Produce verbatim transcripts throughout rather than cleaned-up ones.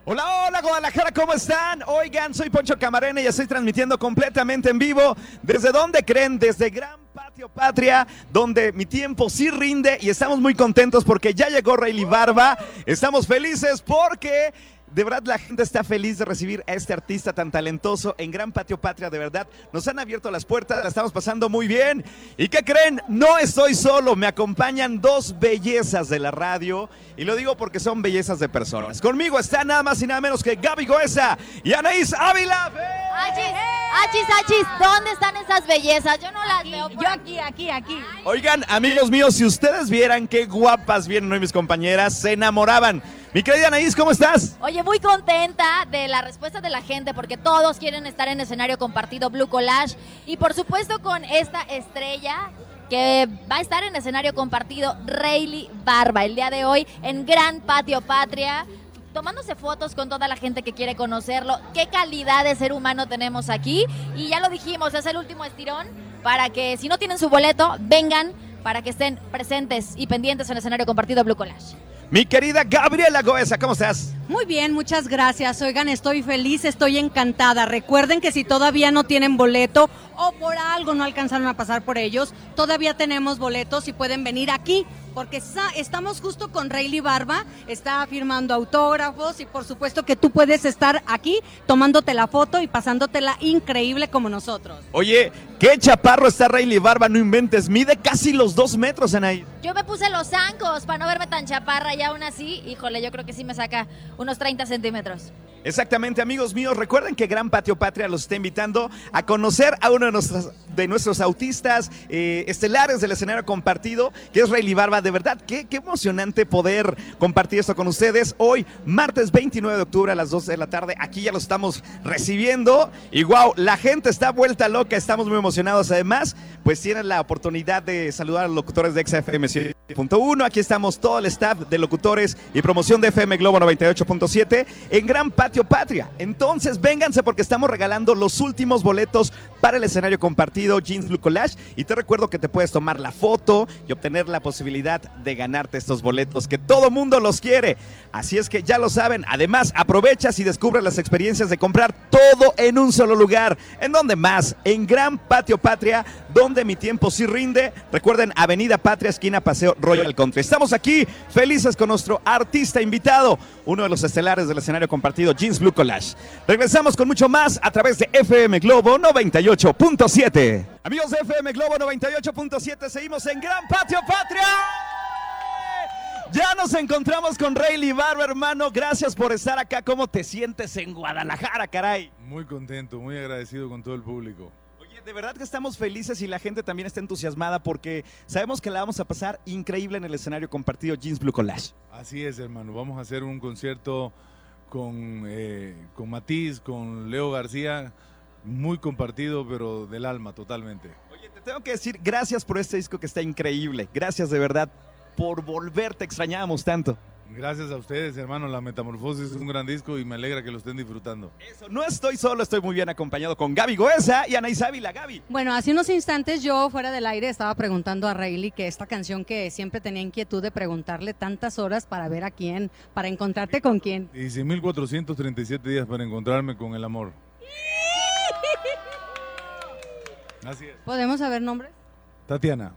Hola, hola Guadalajara, ¿cómo están? Oigan, soy Poncho Camarena y estoy transmitiendo completamente en vivo. ¿Desde dónde creen? Desde Gran Patio Patria, donde mi tiempo sí rinde y estamos muy contentos porque ya llegó Rayleigh Barba. Estamos felices porque de verdad la gente está feliz de recibir a este artista tan talentoso en Gran Patio Patria. De verdad, nos han abierto las puertas, la estamos pasando muy bien. ¿Y qué creen? No estoy solo, me acompañan dos bellezas de la radio. Y lo digo porque son bellezas de personas. Conmigo está nada más y nada menos que Gaby Goesa y Anaís Ávila. Achis, achis, achis, ¿dónde están esas bellezas? Yo no las Aquí, veo. yo aquí, aquí, aquí. Oigan, amigos míos, si ustedes vieran qué guapas vienen hoy mis compañeras, se enamoraban. Mi querida Anaís, ¿cómo estás? Oye, muy contenta de la respuesta de la gente porque todos quieren estar en escenario compartido Blue Collage y por supuesto con esta estrella que va a estar en escenario compartido, Rayleigh Barba, el día de hoy en Gran Patio Patria, tomándose fotos con toda la gente que quiere conocerlo. Qué calidad de ser humano tenemos aquí y ya lo dijimos, es el último estirón para que si no tienen su boleto, vengan para que estén presentes y pendientes en escenario compartido Blue Collage. Mi querida Gabriela Goesa, ¿cómo estás? Muy bien, muchas gracias. Oigan, estoy feliz, estoy encantada. Recuerden que si todavía no tienen boleto o por algo no alcanzaron a pasar por ellos, todavía tenemos boletos y pueden venir aquí, porque estamos justo con Rayleigh Barba, está firmando autógrafos y por supuesto que tú puedes estar aquí tomándote la foto y pasándotela increíble como nosotros. Oye, qué chaparro está Rayleigh Barba, no inventes, mide casi los dos metros, Anaí. Yo me puse los zancos para no verme tan chaparra y aún así, híjole, yo creo que sí me saca unos treinta centímetros. Exactamente, amigos míos, recuerden que Gran Patio Patria los está invitando a conocer a uno de nuestros, de nuestros autistas eh, estelares del escenario compartido, que es Rayleigh Barba. De verdad, qué, qué emocionante poder compartir esto con ustedes. Hoy, martes veintinueve de octubre a las doce de la tarde, aquí ya lo estamos recibiendo. Y wow, la gente está vuelta loca, estamos muy emocionados. Además, pues tienen la oportunidad de saludar a los locutores de X F M siete punto uno. Aquí estamos todo el staff de locutores y promoción de F M Globo noventa y ocho punto siete en Gran Patio Patria. Entonces vénganse porque estamos regalando los últimos boletos para el escenario compartido Jeans Blue Collage y te recuerdo que te puedes tomar la foto y obtener la posibilidad de ganarte estos boletos que todo mundo los quiere. Así es que ya lo saben. Además, aprovechas y descubres las experiencias de comprar todo en un solo lugar. ¿En dónde más? En Gran Patio Patria, donde mi tiempo sí rinde. Recuerden, Avenida Patria, esquina Paseo Royal Country. Estamos aquí felices con nuestro artista invitado, uno de los estelares del escenario compartido Jeans Blue Collage. Regresamos con mucho más a través de F M Globo noventa y ocho punto siete. Amigos de F M Globo noventa y ocho punto siete, seguimos en Gran Patio Patria. Ya nos encontramos con Rayleigh Barba, hermano. Gracias por estar acá. ¿Cómo te sientes en Guadalajara, caray? Muy contento, muy agradecido con todo el público. Oye, de verdad que estamos felices y la gente también está entusiasmada porque sabemos que la vamos a pasar increíble en el escenario compartido Jeans Blue Collage. Así es, hermano. Vamos a hacer un concierto con, eh, con Matiz, con Leo García, muy compartido, pero del alma totalmente. Oye, te tengo que decir gracias por este disco que está increíble. Gracias de verdad por volver, te extrañábamos tanto. Gracias a ustedes, hermano. La Metamorfosis es un gran disco y me alegra que lo estén disfrutando. Eso, no estoy solo, estoy muy bien acompañado con Gaby Goesa y Anaís Ávila. Gaby. Bueno, hace unos instantes yo fuera del aire estaba preguntando a Rayleigh que esta canción que siempre tenía inquietud de preguntarle tantas horas para ver a quién, para encontrarte con quién. dieciséis mil cuatrocientos treinta y siete días para encontrarme con el amor. Así es. ¿Podemos saber nombres? Tatiana.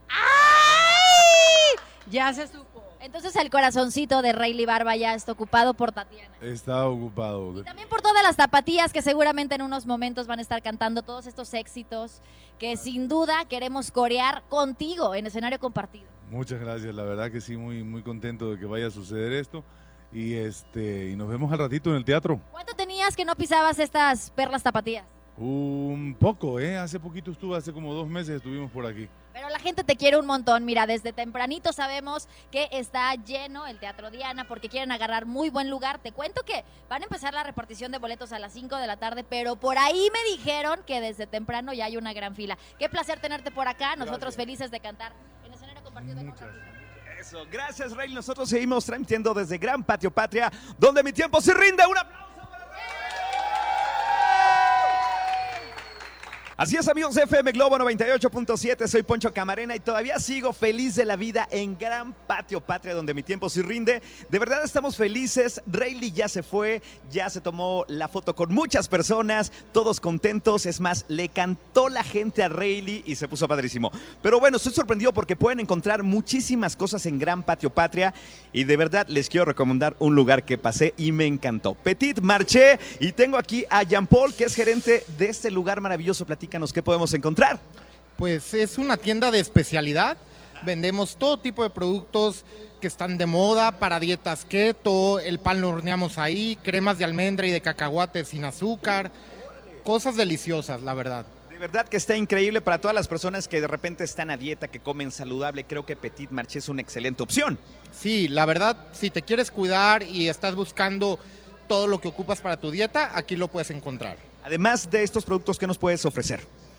Ya se supo. Entonces el corazoncito de Rayleigh Barba ya está ocupado por Tatiana. Está ocupado. Y también por todas las tapatías que seguramente en unos momentos van a estar cantando todos estos éxitos que sin duda queremos corear contigo en escenario compartido. Muchas gracias, la verdad que sí, muy, muy contento de que vaya a suceder esto. Y, este, y nos vemos al ratito en el teatro. ¿Cuánto tenías que no pisabas estas perlas tapatías? Un poco, ¿eh? Hace poquito estuve, hace como dos meses estuvimos por aquí. Pero la gente te quiere un montón. Mira, desde tempranito sabemos que está lleno el Teatro Diana porque quieren agarrar muy buen lugar. Te cuento que van a empezar la repartición de boletos a las cinco de la tarde, pero por ahí me dijeron que desde temprano ya hay una gran fila. Qué placer tenerte por acá. Nosotros Gracias. Felices de cantar en escenario compartido. Muchas. Eso, gracias, Rayleigh. Nosotros seguimos transmitiendo desde Gran Patio Patria, donde mi tiempo se rinde. ¡Un aplauso para Rayleigh! Así es, amigos de F M Globo noventa y ocho punto siete, soy Poncho Camarena y todavía sigo feliz de la vida en Gran Patio Patria, donde mi tiempo sí rinde. De verdad estamos felices, Rayleigh ya se fue, ya se tomó la foto con muchas personas, todos contentos, es más, le cantó la gente a Rayleigh y se puso padrísimo. Pero bueno, estoy sorprendido porque pueden encontrar muchísimas cosas en Gran Patio Patria y de verdad les quiero recomendar un lugar que pasé y me encantó. Petit Marché, y tengo aquí a Jean-Paul, que es gerente de este lugar maravilloso. Platícanos qué podemos encontrar. Pues es una tienda de especialidad, vendemos todo tipo de productos que están de moda para dietas keto, el pan lo horneamos ahí, cremas de almendra y de cacahuate sin azúcar, cosas deliciosas, la verdad. De verdad que está increíble para todas las personas que de repente están a dieta, que comen saludable. Creo que Petit Marché es una excelente opción. Sí, la verdad, si te quieres cuidar y estás buscando todo lo que ocupas para tu dieta, aquí lo puedes encontrar. Además de estos productos, ¿qué nos puedes ofrecer?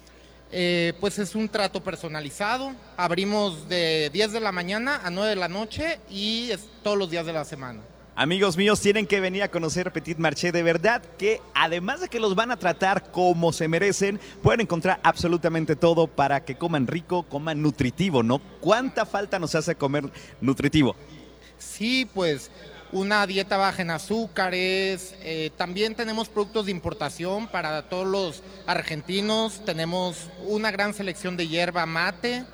Eh, pues es un trato personalizado, abrimos de diez de la mañana a nueve de la noche y es todos los días de la semana. Amigos míos, tienen que venir a conocer Petit Marché, de verdad que además de que los van a tratar como se merecen, pueden encontrar absolutamente todo para que coman rico, coman nutritivo, ¿no? ¿Cuánta falta nos hace comer nutritivo? Sí, pues una dieta baja en azúcares, eh, también tenemos productos de importación para todos los argentinos, tenemos una gran selección de hierba mate.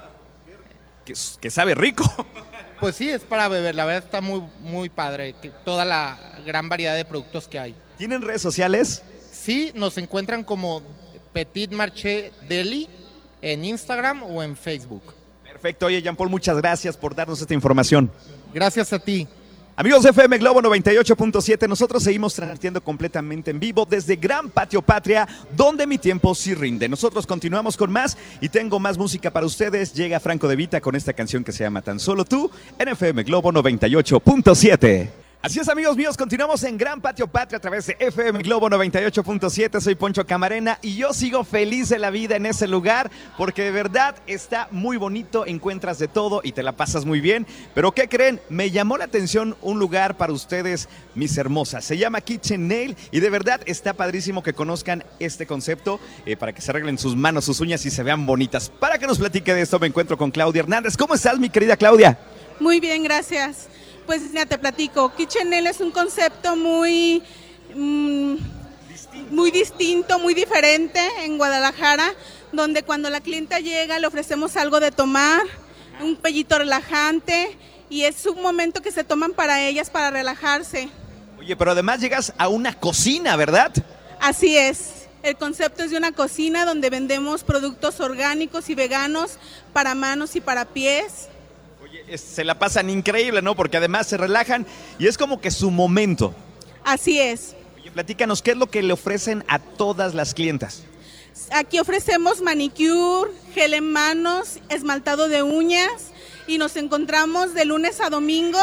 Que, que sabe rico. Pues sí, es para beber, la verdad está muy, muy padre, que toda la gran variedad de productos que hay. ¿Tienen redes sociales? Sí, nos encuentran como Petit Marché Deli en Instagram o en Facebook. Perfecto, oye Jean-Paul, muchas gracias por darnos esta información. Gracias a ti. Amigos de F M Globo noventa y ocho punto siete, nosotros seguimos transmitiendo completamente en vivo desde Gran Patio Patria, donde mi tiempo sí rinde. Nosotros continuamos con más y tengo más música para ustedes. Llega Franco De Vita con esta canción que se llama Tan Solo Tú en F M Globo noventa y ocho punto siete. Así es, amigos míos, continuamos en Gran Patio Patria a través de F M Globo noventa y ocho punto siete. Soy Poncho Camarena y yo sigo feliz de la vida en ese lugar porque de verdad está muy bonito, encuentras de todo y te la pasas muy bien. Pero ¿qué creen? Me llamó la atención un lugar para ustedes, mis hermosas. Se llama Kitchen Nail y de verdad está padrísimo que conozcan este concepto eh, para que se arreglen sus manos, sus uñas y se vean bonitas. Para que nos platique de esto me encuentro con Claudia Hernández. ¿Cómo estás, mi querida Claudia? Muy bien, gracias. Pues ya te platico, Kitchen Nail es un concepto muy, mmm, distinto. muy distinto, muy diferente en Guadalajara, donde cuando la clienta llega le ofrecemos algo de tomar, un pellito relajante y es un momento que se toman para ellas para relajarse. Oye, pero además llegas a una cocina, ¿verdad? Así es, el concepto es de una cocina donde vendemos productos orgánicos y veganos para manos y para pies. Se la pasan increíble, ¿no? Porque además se relajan y es como que su momento. Así es. Oye, platícanos, ¿qué es lo que le ofrecen a todas las clientas? Aquí ofrecemos manicure, gel en manos, esmaltado de uñas y nos encontramos de lunes a domingo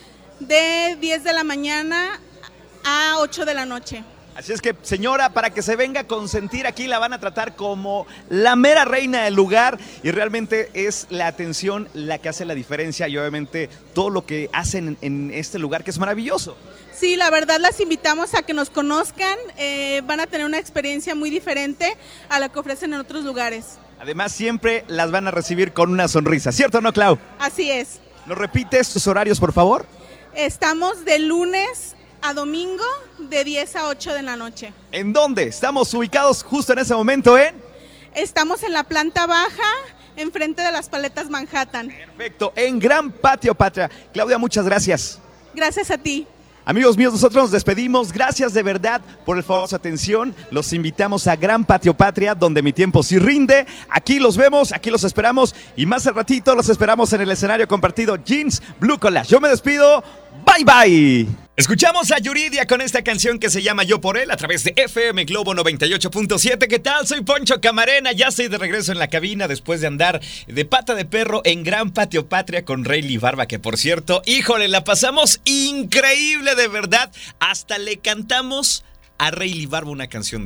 de diez de la mañana a ocho de la noche. Así es que, señora, para que se venga a consentir aquí, la van a tratar como la mera reina del lugar y realmente es la atención la que hace la diferencia y obviamente todo lo que hacen en este lugar que es maravilloso. Sí, la verdad las invitamos a que nos conozcan, eh, van a tener una experiencia muy diferente a la que ofrecen en otros lugares. Además, siempre las van a recibir con una sonrisa, ¿cierto o no, Clau? Así es. ¿Nos repites sus horarios, por favor? Estamos de lunes a domingo de diez a ocho de la noche. ¿En dónde? Estamos ubicados justo en ese momento en... Estamos en la planta baja, enfrente de las paletas Manhattan. Perfecto, en Gran Patio Patria. Claudia, muchas gracias. Gracias a ti. Amigos míos, nosotros nos despedimos. Gracias de verdad por el favor, su atención. Los invitamos a Gran Patio Patria, donde mi tiempo sí rinde. Aquí los vemos, aquí los esperamos. Y más al ratito los esperamos en el escenario compartido Jeans Blue Collage. Yo me despido. Bye, bye. Escuchamos a Yuridia con esta canción que se llama Yo por él a través de F M Globo noventa y ocho punto siete. ¿Qué tal? Soy Poncho Camarena, ya estoy de regreso en la cabina después de andar de pata de perro en Gran Patio Patria con Rayleigh Barba, que por cierto, híjole, la pasamos increíble de verdad. Hasta le cantamos a Rayleigh Barba una canción de él.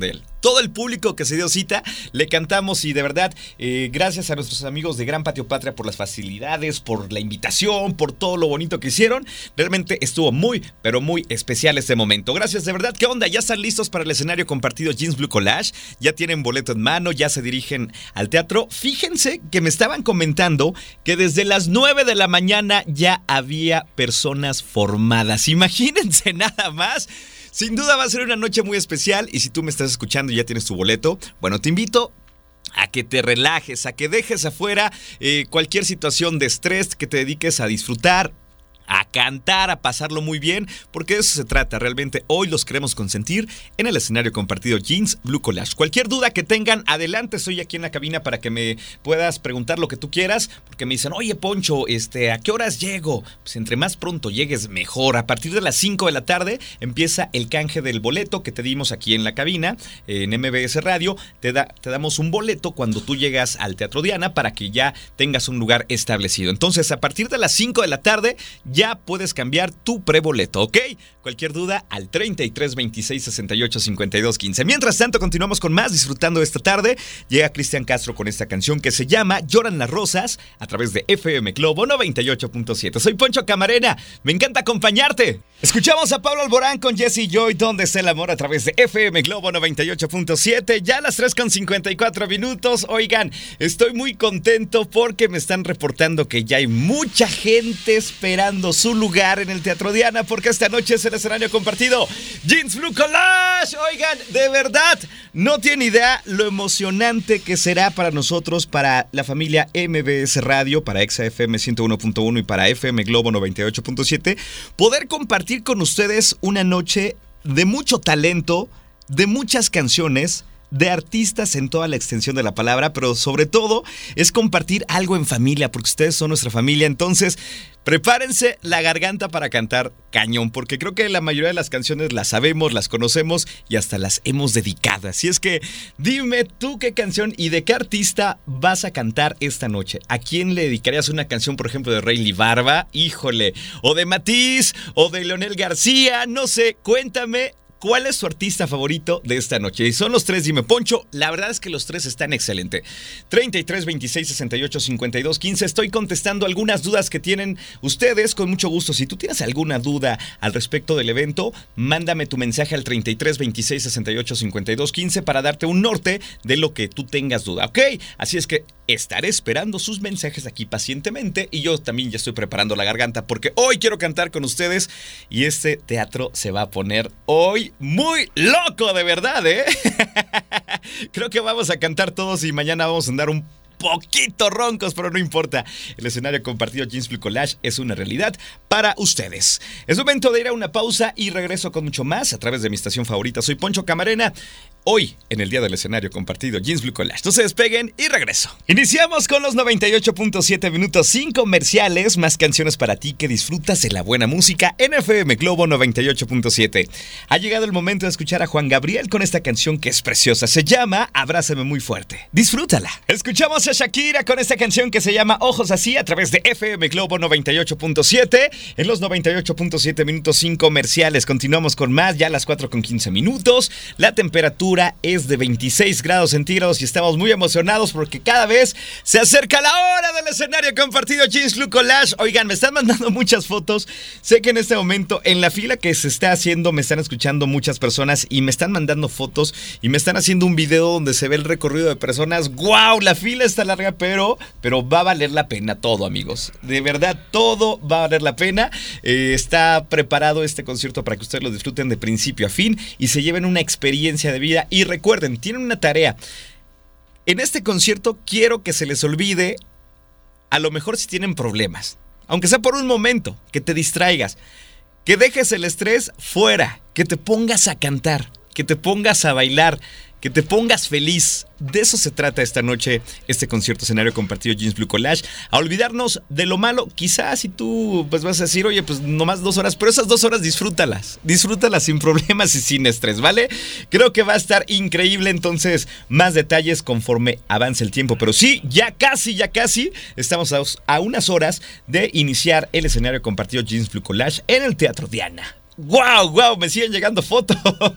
todo el público que se dio cita, le cantamos y de verdad, eh, gracias a nuestros amigos de Gran Patio Patria por las facilidades, por la invitación, por todo lo bonito que hicieron. Realmente estuvo muy, pero muy especial este momento. Gracias, de verdad. ¿Qué onda? ¿Ya están listos para el escenario compartido Jeans Blue Collage? ¿Ya tienen boleto en mano? ¿Ya se dirigen al teatro? Fíjense que me estaban comentando que desde las nueve de la mañana ya había personas formadas. Imagínense nada más. Sin duda va a ser una noche muy especial y si tú me estás escuchando y ya tienes tu boleto, bueno, te invito a que te relajes, a que dejes afuera eh, cualquier situación de estrés, que te dediques a disfrutar, a cantar, a pasarlo muy bien, porque de eso se trata. Realmente hoy los queremos consentir en el escenario compartido Jeans Blue Collage. Cualquier duda que tengan, adelante, estoy aquí en la cabina para que me puedas preguntar lo que tú quieras, porque me dicen, oye Poncho, este, ¿a qué horas llego? Pues entre más pronto llegues mejor. A partir de las cinco de la tarde empieza el canje del boleto que te dimos aquí en la cabina, en M B S Radio. Te, da, te damos un boleto cuando tú llegas al Teatro Diana para que ya tengas un lugar establecido. Entonces, a partir de las cinco de la tarde, ya puedes cambiar tu preboleto, ¿ok? Cualquier duda al treinta y tres veintiséis sesenta y ocho cincuenta y dos quince. Mientras tanto, continuamos con más disfrutando de esta tarde. Llega Cristian Castro con esta canción que se llama Lloran las Rosas a través de F M Globo noventa y ocho punto siete. Soy Poncho Camarena, me encanta acompañarte. Escuchamos a Pablo Alborán con Jesse Joy, ¿Dónde está el amor? A través de F M Globo noventa y ocho punto siete. Ya a las tres con cincuenta y cuatro minutos. Oigan, estoy muy contento porque me están reportando que ya hay mucha gente esperando su lugar en el Teatro Diana, porque esta noche es el escenario compartido Jeans Blue Collage. Oigan, de verdad, no tiene idea lo emocionante que será para nosotros, para la familia M B S Radio, para Exa F M ciento uno punto uno y para F M Globo noventa y ocho punto siete, poder compartir con ustedes una noche de mucho talento, de muchas canciones, de artistas en toda la extensión de la palabra, pero sobre todo es compartir algo en familia, porque ustedes son nuestra familia. Entonces, prepárense la garganta para cantar cañón, porque creo que la mayoría de las canciones las sabemos, las conocemos y hasta las hemos dedicado. Así es que dime tú qué canción y de qué artista vas a cantar esta noche. ¿A quién le dedicarías una canción, por ejemplo, de Rayleigh Barba? Híjole, o de Matiz, o de Leonel García, no sé, cuéntame. ¿Cuál es tu artista favorito de esta noche? Y son los tres, dime, Poncho. La verdad es que los tres están excelentes. treinta y tres veintiséis sesenta y ocho cincuenta y dos quince. Estoy contestando algunas dudas que tienen ustedes con mucho gusto. Si tú tienes alguna duda al respecto del evento, mándame tu mensaje al treinta y tres veintiséis sesenta y ocho cincuenta y dos quince para darte un norte de lo que tú tengas duda, ¿ok? Así es que estaré esperando sus mensajes aquí pacientemente y yo también ya estoy preparando la garganta porque hoy quiero cantar con ustedes y este teatro se va a poner hoy muy loco, de verdad, ¿eh? Creo que vamos a cantar todos y mañana vamos a andar un poquito roncos, pero no importa. El escenario compartido Jeans Blue Collage es una realidad para ustedes. Es momento de ir a una pausa y regreso con mucho más a través de mi estación favorita. Soy Poncho Camarena. Hoy, en el día del escenario compartido Jeans Blue Collage. No se despeguen y regreso. Iniciamos con los noventa y ocho punto siete minutos sin comerciales, más canciones para ti que disfrutas de la buena música en F M Globo noventa y ocho punto siete. Ha llegado el momento de escuchar a Juan Gabriel con esta canción que es preciosa. Se llama Abrázame muy fuerte. Disfrútala. Escuchamos a Shakira con esta canción que se llama Ojos así a través de F M Globo noventa y ocho punto siete. En los noventa y ocho punto siete minutos sin comerciales. Continuamos con más, ya a las cuatro con quince minutos. La temperatura es de veintiséis grados centígrados y estamos muy emocionados porque cada vez se acerca la hora del escenario compartido Jeans Blue Collage. Oigan, me están mandando muchas fotos. Sé que en este momento en la fila que se está haciendo me están escuchando muchas personas y me están mandando fotos y me están haciendo un video donde se ve el recorrido de personas. ¡Guau! La fila está larga, pero, pero va a valer la pena todo, amigos. De verdad, todo va a valer la pena. Eh, está preparado este concierto para que ustedes lo disfruten de principio a fin y se lleven una experiencia de vida. Y recuerden, tienen una tarea. En este concierto quiero que se les olvide, a lo mejor si tienen problemas, aunque sea por un momento, que te distraigas, que dejes el estrés fuera, que te pongas a cantar, que te pongas a bailar, que te pongas feliz. De eso se trata esta noche, este concierto escenario compartido Jeans Blue Collage. A olvidarnos de lo malo. Quizás si tú pues vas a decir, oye, pues nomás dos horas, pero esas dos horas disfrútalas. Disfrútalas sin problemas y sin estrés, ¿vale? Creo que va a estar increíble. Entonces, más detalles conforme avance el tiempo. Pero sí, ya casi, ya casi estamos a, a unas horas de iniciar el escenario compartido Jeans Blue Collage en el Teatro Diana. ¡Wow! ¡Wow! Me siguen llegando fotos.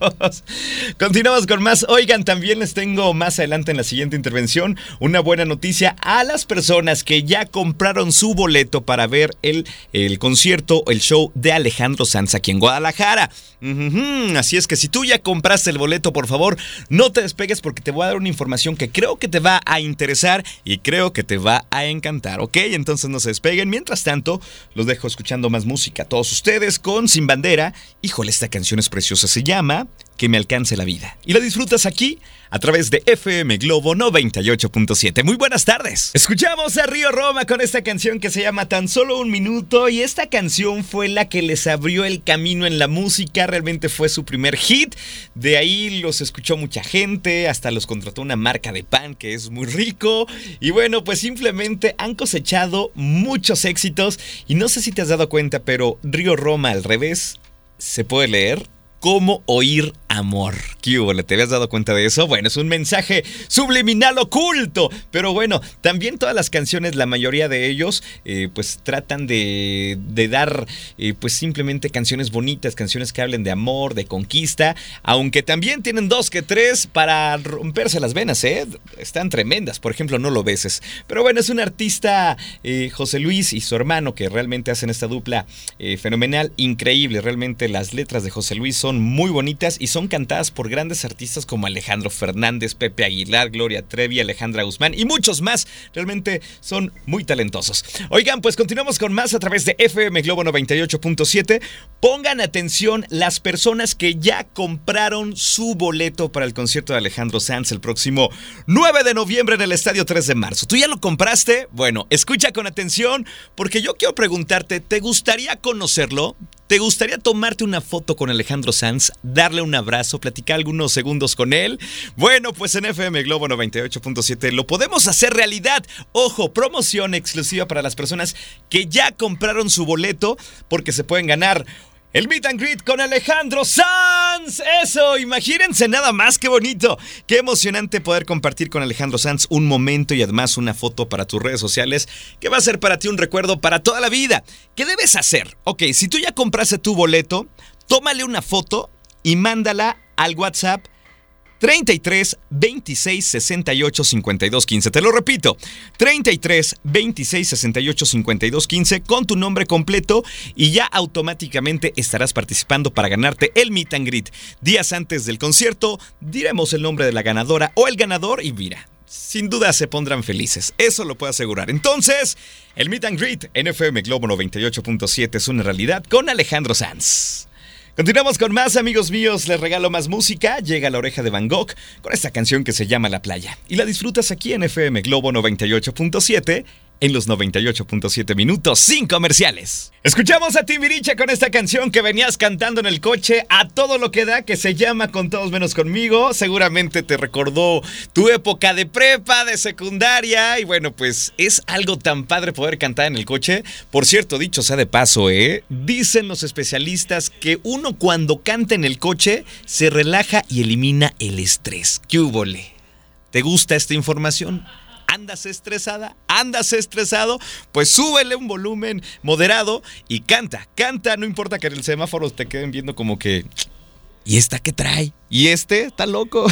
Continuamos con más. Oigan, también les tengo más adelante en la siguiente intervención una buena noticia a las personas que ya compraron su boleto para ver el, el concierto, el show de Alejandro Sanz aquí en Guadalajara. Uh-huh. Así es que si tú ya compraste el boleto, por favor, no te despegues porque te voy a dar una información que creo que te va a interesar y creo que te va a encantar, ¿ok? Entonces no se despeguen. Mientras tanto, los dejo escuchando más música a todos ustedes con Sin Bandera. Híjole, esta canción es preciosa, se llama Que me alcance la vida. Y la disfrutas aquí a través de F M Globo noventa y ocho punto siete. Muy buenas tardes. Escuchamos a Río Roma con esta canción que se llama Tan Solo Un Minuto. Y esta canción fue la que les abrió el camino en la música. Realmente fue su primer hit. De ahí los escuchó mucha gente. Hasta los contrató una marca de pan que es muy rico. Y bueno, pues simplemente han cosechado muchos éxitos. Y no sé si te has dado cuenta, pero Río Roma al revés se puede leer Cómo oír amor. ¿Qué hubo? ¿Te habías dado cuenta de eso? Bueno, es un mensaje subliminal oculto. Pero bueno, también todas las canciones, la mayoría de ellos, eh, pues tratan de, de dar, eh, pues simplemente canciones bonitas, canciones que hablen de amor, de conquista. Aunque también tienen dos que tres para romperse las venas, ¿eh? Están tremendas. Por ejemplo, No lo beses. Pero bueno, es un artista, eh, José Luis y su hermano, que realmente hacen esta dupla eh, fenomenal, increíble. Realmente las letras de José Luis son muy bonitas y son cantadas por grandes artistas como Alejandro Fernández, Pepe Aguilar, Gloria Trevi, Alejandra Guzmán y muchos más. Realmente son muy talentosos. Oigan, pues continuamos con más a través de F M Globo noventa y ocho punto siete. Pongan atención las personas que ya compraron su boleto para el concierto de Alejandro Sanz el próximo nueve de noviembre en el Estadio tres de marzo. ¿Tú ya lo compraste? Bueno, escucha con atención porque yo quiero preguntarte, ¿te gustaría conocerlo? ¿Te gustaría tomarte una foto con Alejandro Sanz, darle un abrazo, platicar algunos segundos con él? Bueno, pues en F M Globo noventa y ocho punto siete lo podemos hacer realidad. Ojo, promoción exclusiva para las personas que ya compraron su boleto porque se pueden ganar el meet and greet con Alejandro Sanz. Eso, imagínense nada más, qué bonito. Qué emocionante poder compartir con Alejandro Sanz un momento y además una foto para tus redes sociales que va a ser para ti un recuerdo para toda la vida. ¿Qué debes hacer? Ok, si tú ya compraste tu boleto, tómale una foto y mándala al WhatsApp treinta y tres, veintiséis, sesenta y ocho, cincuenta y dos, quince. Te lo repito, treinta y tres, veintiséis, sesenta y ocho, cincuenta y dos, quince con tu nombre completo y ya automáticamente estarás participando para ganarte el meet and greet. Días antes del concierto diremos el nombre de la ganadora o el ganador y mira, sin duda se pondrán felices, eso lo puedo asegurar. Entonces, el meet and greet en F M Globo noventa y ocho punto siete es una realidad con Alejandro Sanz. Continuamos con más, amigos míos, les regalo más música. Llega La Oreja de Van Gogh con esta canción que se llama La Playa. Y la disfrutas aquí en F M Globo noventa y ocho punto siete en los noventa y ocho punto siete minutos sin comerciales. Escuchamos a Timbiriche con esta canción que venías cantando en el coche a todo lo que da, que se llama Con Todos Menos Conmigo. Seguramente te recordó tu época de prepa, de secundaria. Y bueno, pues es algo tan padre poder cantar en el coche. Por cierto, dicho sea de paso, ¿eh? Dicen los especialistas que uno cuando canta en el coche se relaja y elimina el estrés. ¿Qué húbole? ¿Te gusta esta información? ¿Andas estresada? ¿Andas estresado? Pues súbele un volumen moderado y canta, canta, no importa que en el semáforo te queden viendo como que... ¿Y esta qué trae? ¿Y este? ¿Está loco?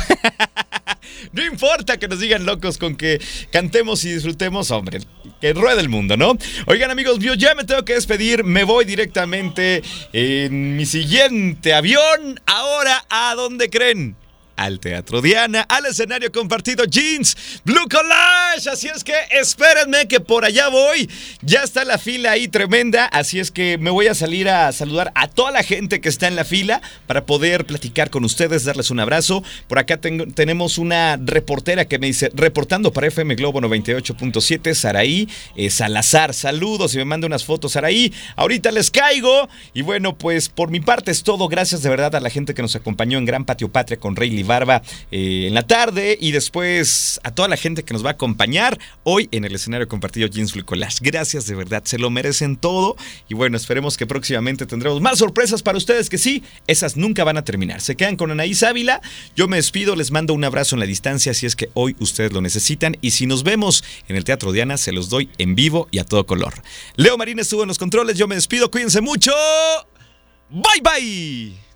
No importa que nos digan locos con que cantemos y disfrutemos, hombre, que ruede el mundo, ¿no? Oigan, amigos míos, ya me tengo que despedir, me voy directamente en mi siguiente avión. Ahora, ¿a dónde creen? Al Teatro Diana, al escenario compartido Jeans, Blue Collage. Así es que espérenme que por allá voy. Ya está la fila ahí tremenda, así es que me voy a salir a saludar a toda la gente que está en la fila para poder platicar con ustedes, darles un abrazo. Por acá tengo, tenemos una reportera que me dice, reportando para F M Globo noventa y ocho punto siete, Saraí eh, Salazar. Saludos y me manda unas fotos, Saraí. Ahorita les caigo. Y bueno, pues por mi parte es todo. Gracias de verdad a la gente que nos acompañó en Gran Patio Patria con Rayleigh Barba eh, en la tarde y después a toda la gente que nos va a acompañar hoy en el escenario compartido Jeans Blue Collage. Gracias de verdad, se lo merecen todo y bueno, esperemos que próximamente tendremos más sorpresas para ustedes que sí, esas nunca van a terminar. Se quedan con Anaís Ávila, yo me despido, les mando un abrazo en la distancia si es que hoy ustedes lo necesitan y si nos vemos en el Teatro Diana se los doy en vivo y a todo color. Leo Marín estuvo en los controles, yo me despido, cuídense mucho. Bye bye.